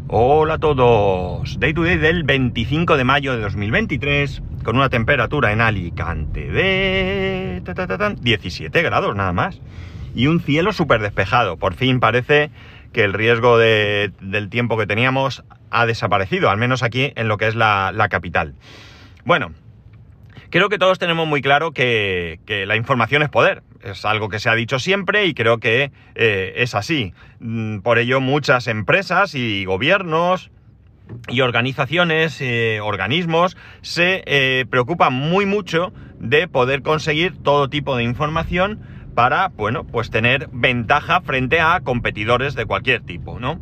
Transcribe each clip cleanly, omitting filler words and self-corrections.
Hola a todos, Day to Day del 25 de mayo de 2023, con una temperatura en Alicante de 17 grados nada más, y un cielo súper despejado. Por fin parece que el riesgo del tiempo que teníamos ha desaparecido, al menos aquí en lo que es la capital. Bueno, creo que todos tenemos muy claro que la información es poder. Es algo que se ha dicho siempre y creo que es así. Por ello, muchas empresas y gobiernos y organizaciones, organismos, se preocupan muy mucho de poder conseguir todo tipo de información para, bueno, pues tener ventaja frente a competidores de cualquier tipo, ¿no?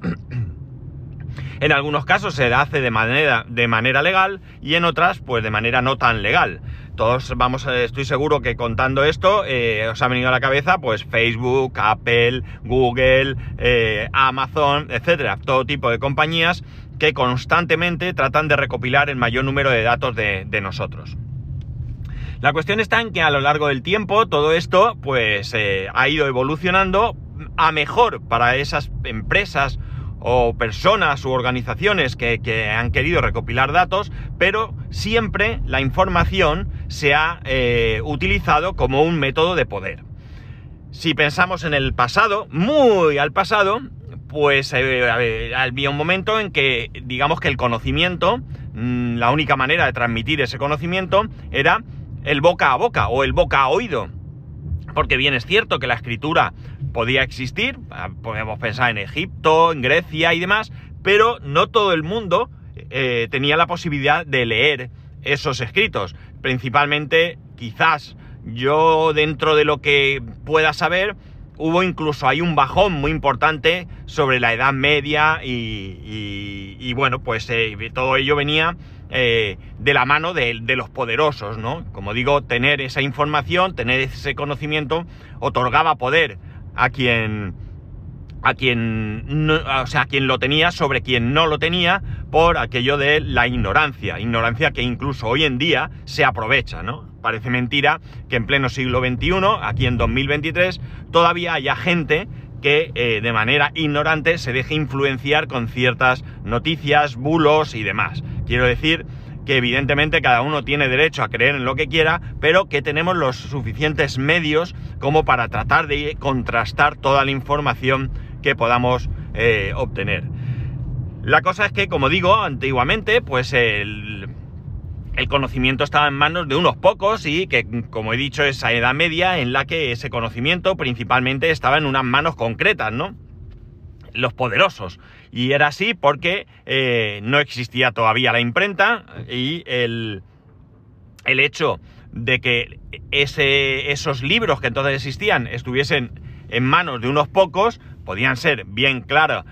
En algunos casos se hace de manera legal y en otras, pues de manera no tan legal. Todos estoy seguro que contando esto os ha venido a la cabeza pues Facebook, Apple, Google, Amazon, etcétera, todo tipo de compañías que constantemente tratan de recopilar el mayor número de datos de nosotros. La cuestión está en que a lo largo del tiempo todo esto pues ha ido evolucionando a mejor para esas empresas o personas u organizaciones que han querido recopilar datos, pero siempre la información se ha utilizado como un método de poder. Si pensamos en el pasado, muy al pasado, pues había un momento en que, digamos que el conocimiento, la única manera de transmitir ese conocimiento era el boca a boca o el boca a oído. Porque bien es cierto que la escritura podía existir, podemos pensar en Egipto, en Grecia y demás, pero no todo el mundo tenía la posibilidad de leer esos escritos. Principalmente, quizás yo dentro de lo que pueda saber, hay un bajón muy importante sobre la Edad Media y bueno, pues todo ello venía de la mano de los poderosos, ¿no? Como digo, tener esa información, tener ese conocimiento, otorgaba poder a quien lo tenía sobre quien no lo tenía por aquello de la ignorancia que incluso hoy en día se aprovecha, ¿no? Parece mentira que en pleno siglo XXI, aquí en 2023, todavía haya gente que de manera ignorante se deje influenciar con ciertas noticias, bulos y demás. Quiero decir que evidentemente cada uno tiene derecho a creer en lo que quiera, pero que tenemos los suficientes medios como para tratar de contrastar toda la información que podamos obtener. La cosa es que, como digo, antiguamente, pues el conocimiento estaba en manos de unos pocos y que, como he dicho, esa Edad Media en la que ese conocimiento principalmente estaba en unas manos concretas, ¿no? Los poderosos. Y era así porque no existía todavía la imprenta y el hecho de que esos libros que entonces existían estuviesen en manos de unos pocos, podían ser bien claro,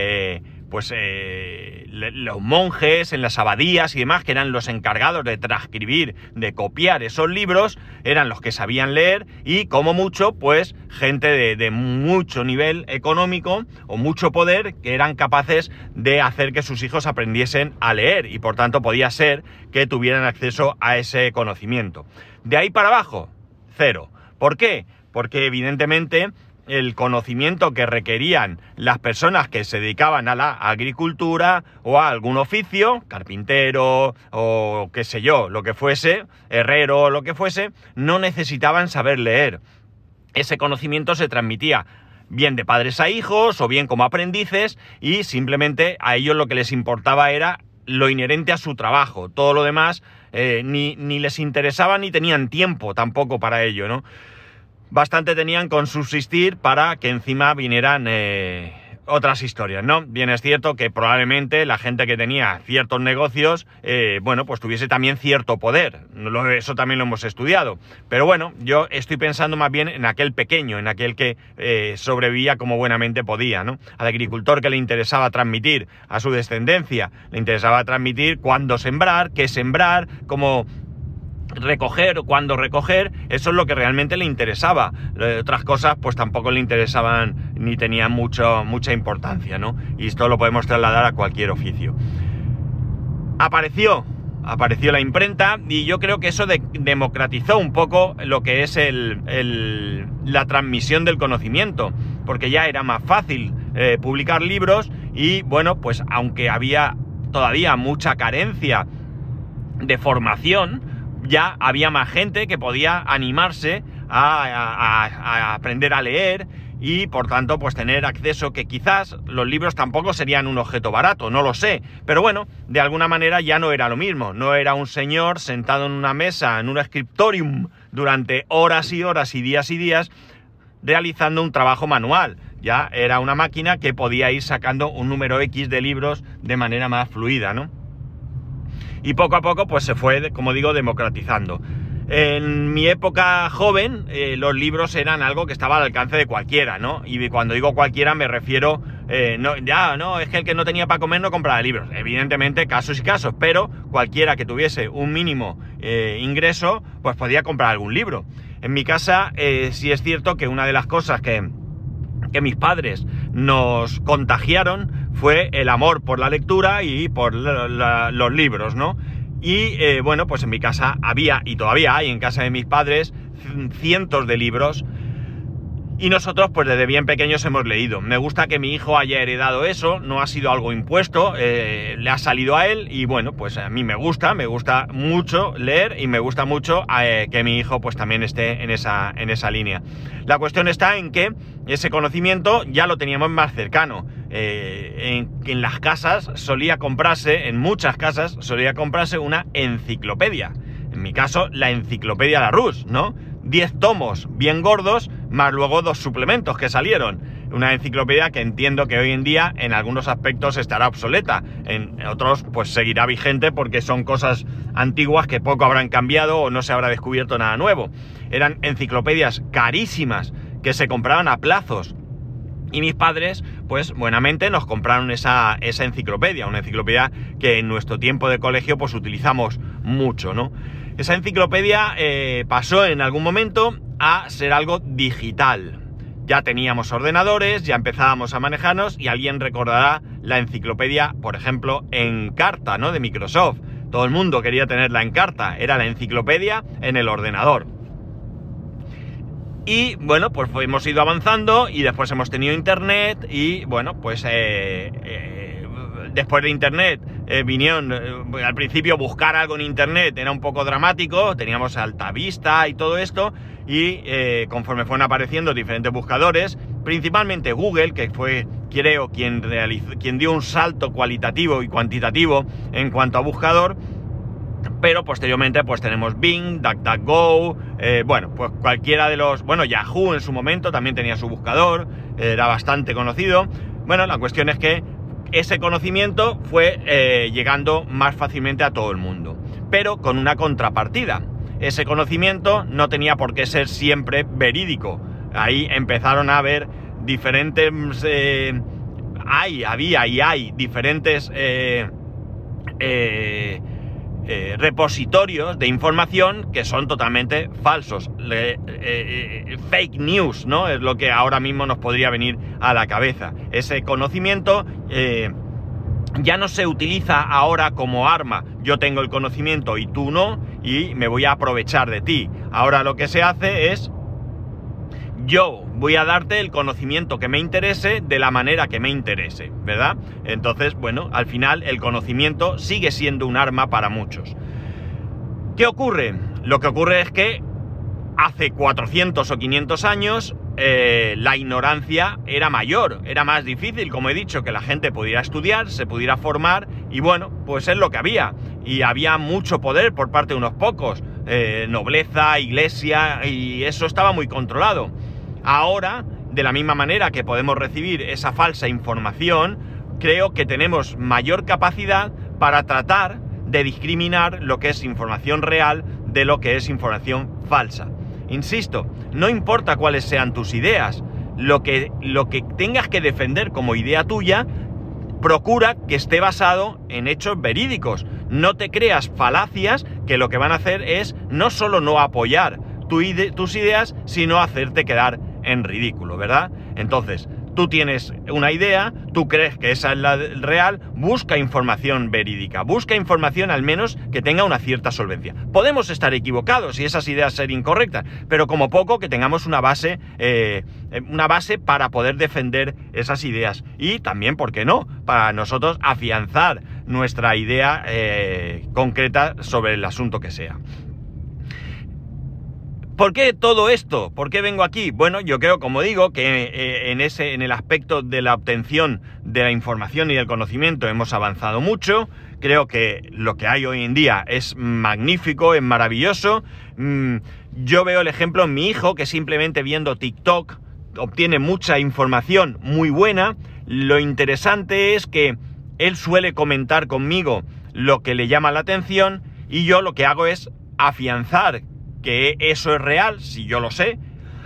los monjes en las abadías y demás, que eran los encargados de transcribir, de copiar esos libros, eran los que sabían leer y, como mucho, pues gente de mucho nivel económico o mucho poder que eran capaces de hacer que sus hijos aprendiesen a leer y, por tanto, podía ser que tuvieran acceso a ese conocimiento. De ahí para abajo, cero. ¿Por qué? Porque, evidentemente, el conocimiento que requerían las personas que se dedicaban a la agricultura o a algún oficio, carpintero o qué sé yo, lo que fuese, herrero o lo que fuese, no necesitaban saber leer. Ese conocimiento se transmitía bien de padres a hijos o bien como aprendices y simplemente a ellos lo que les importaba era lo inherente a su trabajo. Todo lo demás ni les interesaba ni tenían tiempo tampoco para ello, ¿no? Bastante tenían con subsistir para que encima vinieran otras historias, ¿no? Bien es cierto que probablemente la gente que tenía ciertos negocios, pues tuviese también cierto poder. Eso también lo hemos estudiado. Pero bueno, yo estoy pensando más bien en aquel pequeño, en aquel que sobrevivía como buenamente podía, ¿no? Al agricultor que le interesaba transmitir a su descendencia, le interesaba transmitir cuándo sembrar, qué sembrar, cómo recoger o cuándo recoger, eso es lo que realmente le interesaba. Otras cosas pues tampoco le interesaban ni tenían mucha importancia, ¿no? Y esto lo podemos trasladar a cualquier oficio. Apareció la imprenta y yo creo que eso democratizó un poco lo que es la transmisión del conocimiento, porque ya era más fácil publicar libros y bueno, pues aunque había todavía mucha carencia de formación, ya había más gente que podía animarse a aprender a leer y por tanto pues tener acceso, que quizás los libros tampoco serían un objeto barato, no lo sé, pero bueno, de alguna manera ya no era lo mismo, no era un señor sentado en una mesa, en un scriptorium durante horas y horas y días realizando un trabajo manual, ya era una máquina que podía ir sacando un número X de libros de manera más fluida, ¿no? Y poco a poco pues se fue, como digo, democratizando. En mi época joven, los libros eran algo que estaba al alcance de cualquiera, ¿no? Y cuando digo cualquiera me refiero, es que el que no tenía para comer no compraba libros. Evidentemente, casos y casos, pero cualquiera que tuviese un mínimo ingreso, pues podía comprar algún libro. En mi casa, sí es cierto que una de las cosas que mis padres nos contagiaron fue el amor por la lectura y por los libros, ¿no? Y bueno, pues en mi casa había, y todavía hay en casa de mis padres, cientos de libros, y nosotros pues desde bien pequeños hemos leído. Me gusta que mi hijo haya heredado eso, no ha sido algo impuesto, le ha salido a él, y bueno, pues a mí me gusta mucho leer, y me gusta mucho que mi hijo pues también esté en esa línea. La cuestión está en que ese conocimiento ya lo teníamos más cercano. En las casas en muchas casas solía comprarse una enciclopedia. En mi caso, la enciclopedia Larousse, ¿no? 10 tomos bien gordos, más luego 2 suplementos que salieron. Una enciclopedia que entiendo que hoy en día en algunos aspectos estará obsoleta, en otros pues seguirá vigente porque son cosas antiguas que poco habrán cambiado o no se habrá descubierto nada nuevo. Eran enciclopedias carísimas que se compraban a plazos. Y mis padres, pues buenamente nos compraron esa enciclopedia, una enciclopedia que en nuestro tiempo de colegio pues utilizamos mucho, ¿no? Esa enciclopedia pasó en algún momento a ser algo digital. Ya teníamos ordenadores, ya empezábamos a manejarnos, y alguien recordará la enciclopedia, por ejemplo, Encarta, ¿no? De Microsoft. Todo el mundo quería tenerla en carta, era la enciclopedia en el ordenador. Y bueno, pues hemos ido avanzando y después hemos tenido internet y bueno, pues después de internet vinieron, al principio buscar algo en internet era un poco dramático, teníamos Altavista y todo esto, y conforme fueron apareciendo diferentes buscadores, principalmente Google, que fue, creo, quien dio un salto cualitativo y cuantitativo en cuanto a buscador. Pero posteriormente pues tenemos Bing, DuckDuckGo, pues cualquiera de los... Bueno, Yahoo en su momento también tenía su buscador, era bastante conocido. Bueno, la cuestión es que ese conocimiento fue llegando más fácilmente a todo el mundo, pero con una contrapartida. Ese conocimiento no tenía por qué ser siempre verídico. Ahí empezaron a haber diferentes... hay diferentes... repositorios de información que son totalmente falsos. Fake news, ¿no? Es lo que ahora mismo nos podría venir a la cabeza. Ese conocimiento ya no se utiliza ahora como arma. Yo tengo el conocimiento y tú no, y me voy a aprovechar de ti. Ahora lo que se hace es: yo voy a darte el conocimiento que me interese de la manera que me interese, ¿verdad? Entonces, bueno, al final el conocimiento sigue siendo un arma para muchos. ¿Qué ocurre? Lo que ocurre es que hace 400 o 500 años la ignorancia era mayor, era más difícil, como he dicho, que la gente pudiera estudiar, se pudiera formar, y bueno, pues es lo que había. Y había mucho poder por parte de unos pocos, nobleza, iglesia, y eso estaba muy controlado. Ahora, de la misma manera que podemos recibir esa falsa información, creo que tenemos mayor capacidad para tratar de discriminar lo que es información real de lo que es información falsa. Insisto, no importa cuáles sean tus ideas, lo que tengas que defender como idea tuya, procura que esté basado en hechos verídicos. No te creas falacias que lo que van a hacer es no solo no apoyar tus ideas, sino hacerte quedar en ridículo, ¿verdad? Entonces, Tú tienes una idea, tú crees que esa es la real, busca información verídica, busca información al menos que tenga una cierta solvencia. Podemos estar equivocados y esas ideas ser incorrectas, pero como poco que tengamos una base para poder defender esas ideas. Y también, ¿por qué no?, para nosotros afianzar nuestra idea concreta sobre el asunto que sea. ¿Por qué todo esto? ¿Por qué vengo aquí? Bueno, yo creo, como digo, que en el aspecto de la obtención de la información y del conocimiento hemos avanzado mucho. Creo que lo que hay hoy en día es magnífico, es maravilloso. Yo veo el ejemplo en mi hijo, que simplemente viendo TikTok obtiene mucha información muy buena. Lo interesante es que él suele comentar conmigo lo que le llama la atención y yo lo que hago es afianzar que eso es real, si yo lo sé,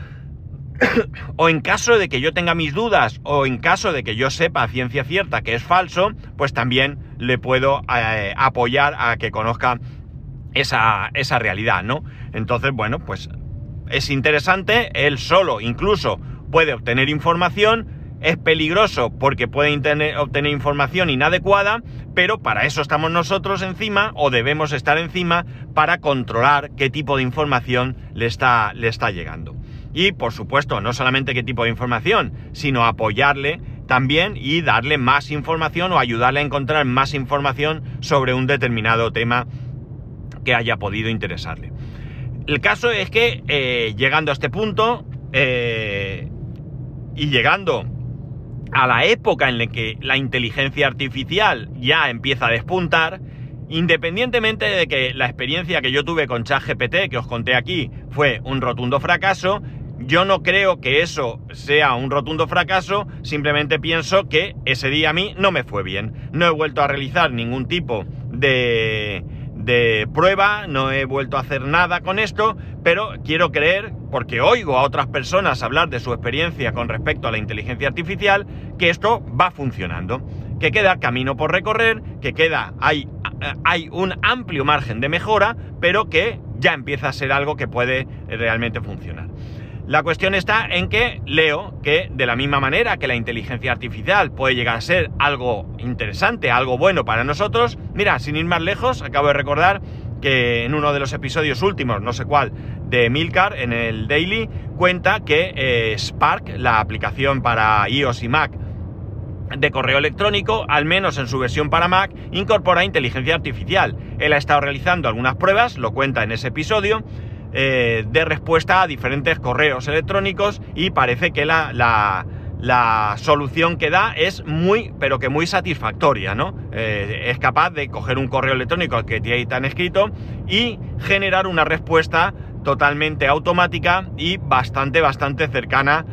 o en caso de que yo tenga mis dudas, o en caso de que yo sepa a ciencia cierta que es falso, pues también le puedo apoyar a que conozca esa realidad, ¿no? Entonces, bueno, pues es interesante, él solo incluso puede obtener información. Es peligroso porque puede obtener información inadecuada, pero para eso estamos nosotros encima, o debemos estar encima, para controlar qué tipo de información le está llegando. Y, por supuesto, no solamente qué tipo de información, sino apoyarle también y darle más información o ayudarle a encontrar más información sobre un determinado tema que haya podido interesarle. El caso es que, llegando a este punto, y llegando a la época en la que la inteligencia artificial ya empieza a despuntar, independientemente de que la experiencia que yo tuve con ChatGPT, que os conté aquí, fue un rotundo fracaso, yo no creo que eso sea un rotundo fracaso, simplemente pienso que ese día a mí no me fue bien. No he vuelto a realizar ningún tipo de prueba, no he vuelto a hacer nada con esto, pero quiero creer, porque oigo a otras personas hablar de su experiencia con respecto a la inteligencia artificial, que esto va funcionando, que queda camino por recorrer, que hay un amplio margen de mejora, pero que ya empieza a ser algo que puede realmente funcionar. La cuestión está en que leo que de la misma manera que la inteligencia artificial puede llegar a ser algo interesante, algo bueno para nosotros. Mira, sin ir más lejos, acabo de recordar que en uno de los episodios últimos, no sé cuál, de Milcar, en el Daily, cuenta que Spark, la aplicación para iOS y Mac de correo electrónico, al menos en su versión para Mac, incorpora inteligencia artificial. Él ha estado realizando algunas pruebas, lo cuenta en ese episodio, de respuesta a diferentes correos electrónicos, y parece que la solución que da es muy, pero que muy satisfactoria, ¿no? Es capaz de coger un correo electrónico que te han escrito y generar una respuesta totalmente automática y bastante cercana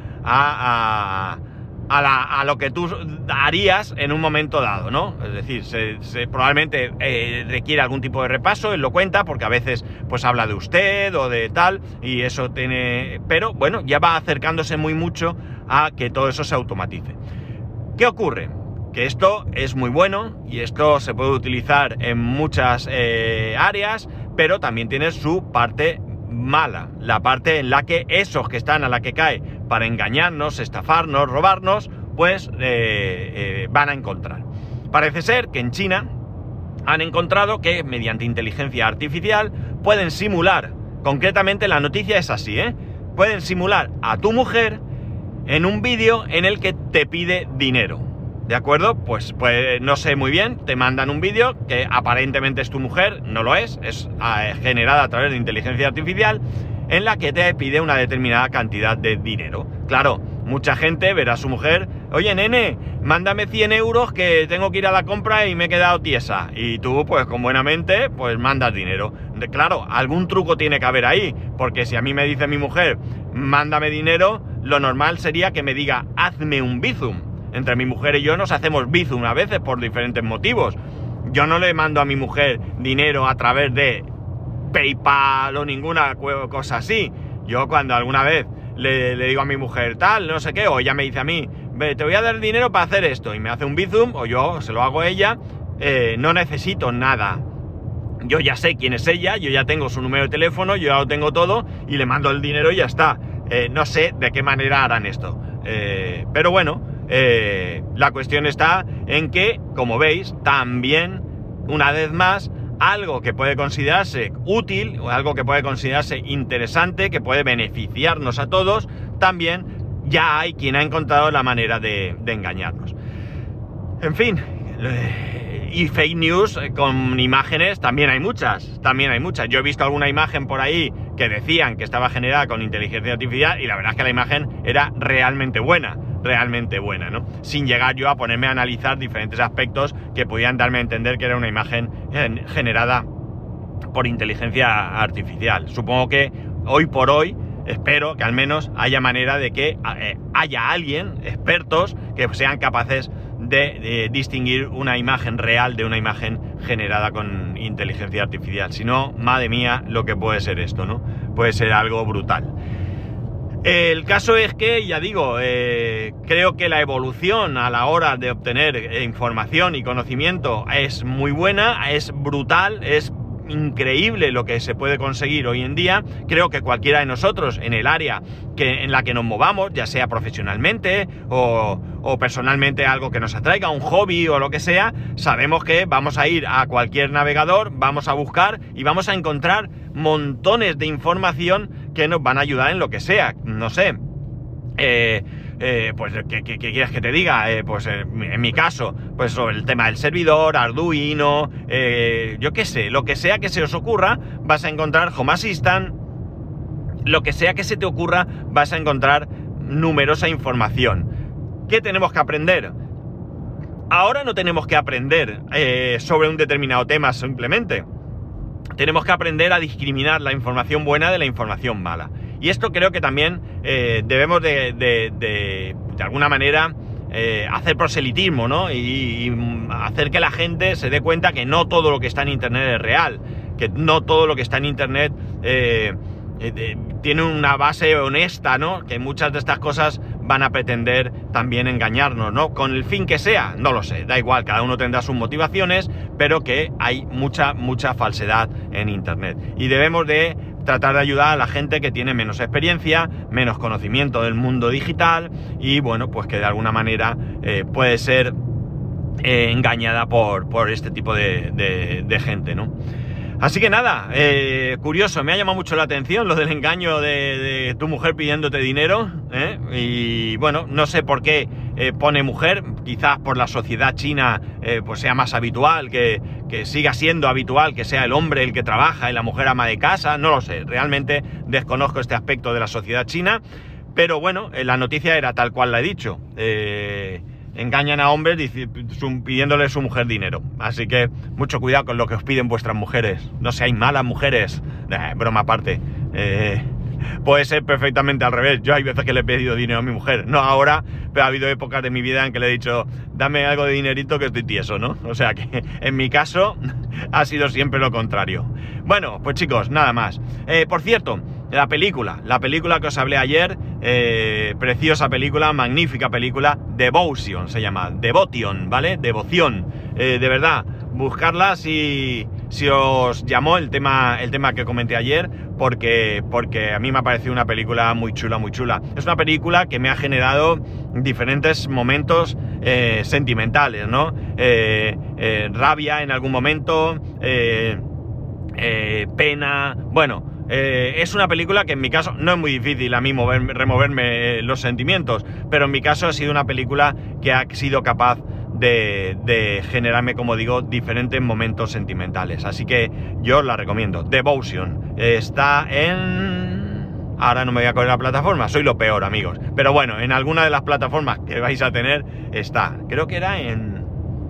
a lo que tú harías en un momento dado, ¿no? Es decir, probablemente requiere algún tipo de repaso, él lo cuenta, porque a veces pues habla de usted o de tal, y eso tiene... Pero bueno, ya va acercándose muy mucho a que todo eso se automatice. ¿Qué ocurre? Que esto es muy bueno y esto se puede utilizar en muchas áreas, pero también tiene su parte mala, la parte en la que esos que están a la que cae para engañarnos, estafarnos, robarnos, pues van a encontrar. Parece ser que en China han encontrado que mediante inteligencia artificial pueden simular, concretamente la noticia es así, pueden simular a tu mujer en un vídeo en el que te pide dinero. ¿De acuerdo? Pues no sé muy bien, te mandan un vídeo que aparentemente es tu mujer, no lo es generada a través de inteligencia artificial, en la que te pide una determinada cantidad de dinero. Claro, mucha gente verá a su mujer, oye nene, mándame 100 euros que tengo que ir a la compra y me he quedado tiesa. Y tú, pues con buena mente, pues mandas dinero. Claro, algún truco tiene que haber ahí, porque si a mí me dice mi mujer, mándame dinero, lo normal sería que me diga, hazme un bizum. Entre mi mujer y yo nos hacemos bizum a veces por diferentes motivos. Yo no le mando a mi mujer dinero a través de PayPal o ninguna cosa así. Yo cuando alguna vez le digo a mi mujer tal, no sé qué, o ella me dice a mí, te voy a dar dinero para hacer esto, y me hace un bizum, o yo se lo hago a ella, no necesito nada. Yo ya sé quién es ella, yo ya tengo su número de teléfono, yo ya lo tengo todo, y le mando el dinero y ya está. No sé de qué manera harán esto. Pero bueno, La cuestión está en que, como veis, también, una vez más, algo que puede considerarse útil o algo que puede considerarse interesante, que puede beneficiarnos a todos, también ya hay quien ha encontrado la manera de engañarnos. En fin, y fake news con imágenes también hay muchas. Yo he visto alguna imagen por ahí que decían que estaba generada con inteligencia artificial y la verdad es que la imagen era realmente buena, ¿no? Sin llegar yo a ponerme a analizar diferentes aspectos que podían darme a entender que era una imagen generada por inteligencia artificial. Supongo que hoy por hoy espero que al menos haya manera de que haya alguien, expertos, que sean capaces de distinguir una imagen real de una imagen generada con inteligencia artificial. Si no, madre mía, lo que puede ser esto, ¿no? Puede ser algo brutal. El caso es que, ya digo, creo que la evolución a la hora de obtener información y conocimiento es muy buena, es brutal, es increíble lo que se puede conseguir hoy en día. Creo que cualquiera de nosotros en el área en la que nos movamos, ya sea profesionalmente o personalmente, algo que nos atraiga, un hobby o lo que sea, sabemos que vamos a ir a cualquier navegador, vamos a buscar y vamos a encontrar montones de información que nos van a ayudar en lo que sea. No sé, pues, ¿qué quieres que te diga? Pues en mi caso, pues sobre el tema del servidor, Arduino, yo qué sé, lo que sea que se os ocurra, vas a encontrar Home Assistant, lo que sea que se te ocurra, vas a encontrar numerosa información. ¿Qué tenemos que aprender? Ahora no tenemos que aprender sobre un determinado tema simplemente. Tenemos que aprender a discriminar la información buena de la información mala. Y esto creo que también debemos de alguna manera hacer proselitismo, ¿no? Y hacer que la gente se dé cuenta que no todo lo que está en Internet es real, que no todo lo que está en Internet tiene una base honesta, ¿no? Que muchas de estas cosas van a pretender también engañarnos, ¿no? Con el fin que sea, no lo sé, da igual, cada uno tendrá sus motivaciones, pero que hay mucha falsedad en Internet. Y debemos de tratar de ayudar a la gente que tiene menos experiencia, menos conocimiento del mundo digital y, bueno, pues que de alguna manera puede ser engañada por este tipo de gente, ¿no? Así que nada, curioso, me ha llamado mucho la atención lo del engaño de tu mujer pidiéndote dinero, y bueno, no sé por qué pone mujer, quizás por la sociedad china pues sea más habitual, que siga siendo habitual que sea el hombre el que trabaja y la mujer ama de casa, no lo sé, realmente desconozco este aspecto de la sociedad china, pero bueno, la noticia era tal cual la he dicho, engañan a hombres pidiéndole a su mujer dinero. Así que mucho cuidado con lo que os piden vuestras mujeres. No seáis malas mujeres. Broma aparte. Puede ser perfectamente al revés. Yo hay veces que le he pedido dinero a mi mujer. No ahora, pero ha habido épocas de mi vida en que le he dicho, dame algo de dinerito que estoy tieso, ¿no? O sea que en mi caso ha sido siempre lo contrario. Bueno, pues chicos, nada más. Por cierto, la película que os hablé ayer, preciosa película, magnífica película, Devotion se llama, Devotion, ¿vale? Devoción, de verdad, buscarla si os llamó el tema que comenté ayer, porque a mí me ha parecido una película muy chula. Es una película que me ha generado diferentes momentos sentimentales, ¿no? Rabia en algún momento, pena, bueno. Es una película que en mi caso no es muy difícil a mí removerme los sentimientos, pero en mi caso ha sido una película que ha sido capaz de generarme, como digo, diferentes momentos sentimentales. Así que yo la recomiendo. Devotion está en... Ahora no me voy a acordar la plataforma, soy lo peor, amigos. Pero bueno, en alguna de las plataformas que vais a tener está. Creo que era en...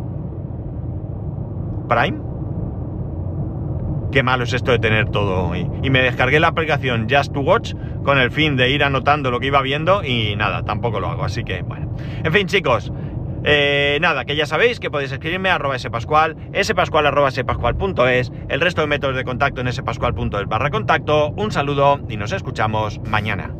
Prime. Qué malo es esto de tener todo hoy. Y me descargué la aplicación Just to Watch con el fin de ir anotando lo que iba viendo y nada, tampoco lo hago, así que bueno. En fin, chicos, nada, que ya sabéis que podéis escribirme a @spascual, spascual@spascual.es, el resto de métodos de contacto en spascual.es/contacto. Un saludo y nos escuchamos mañana.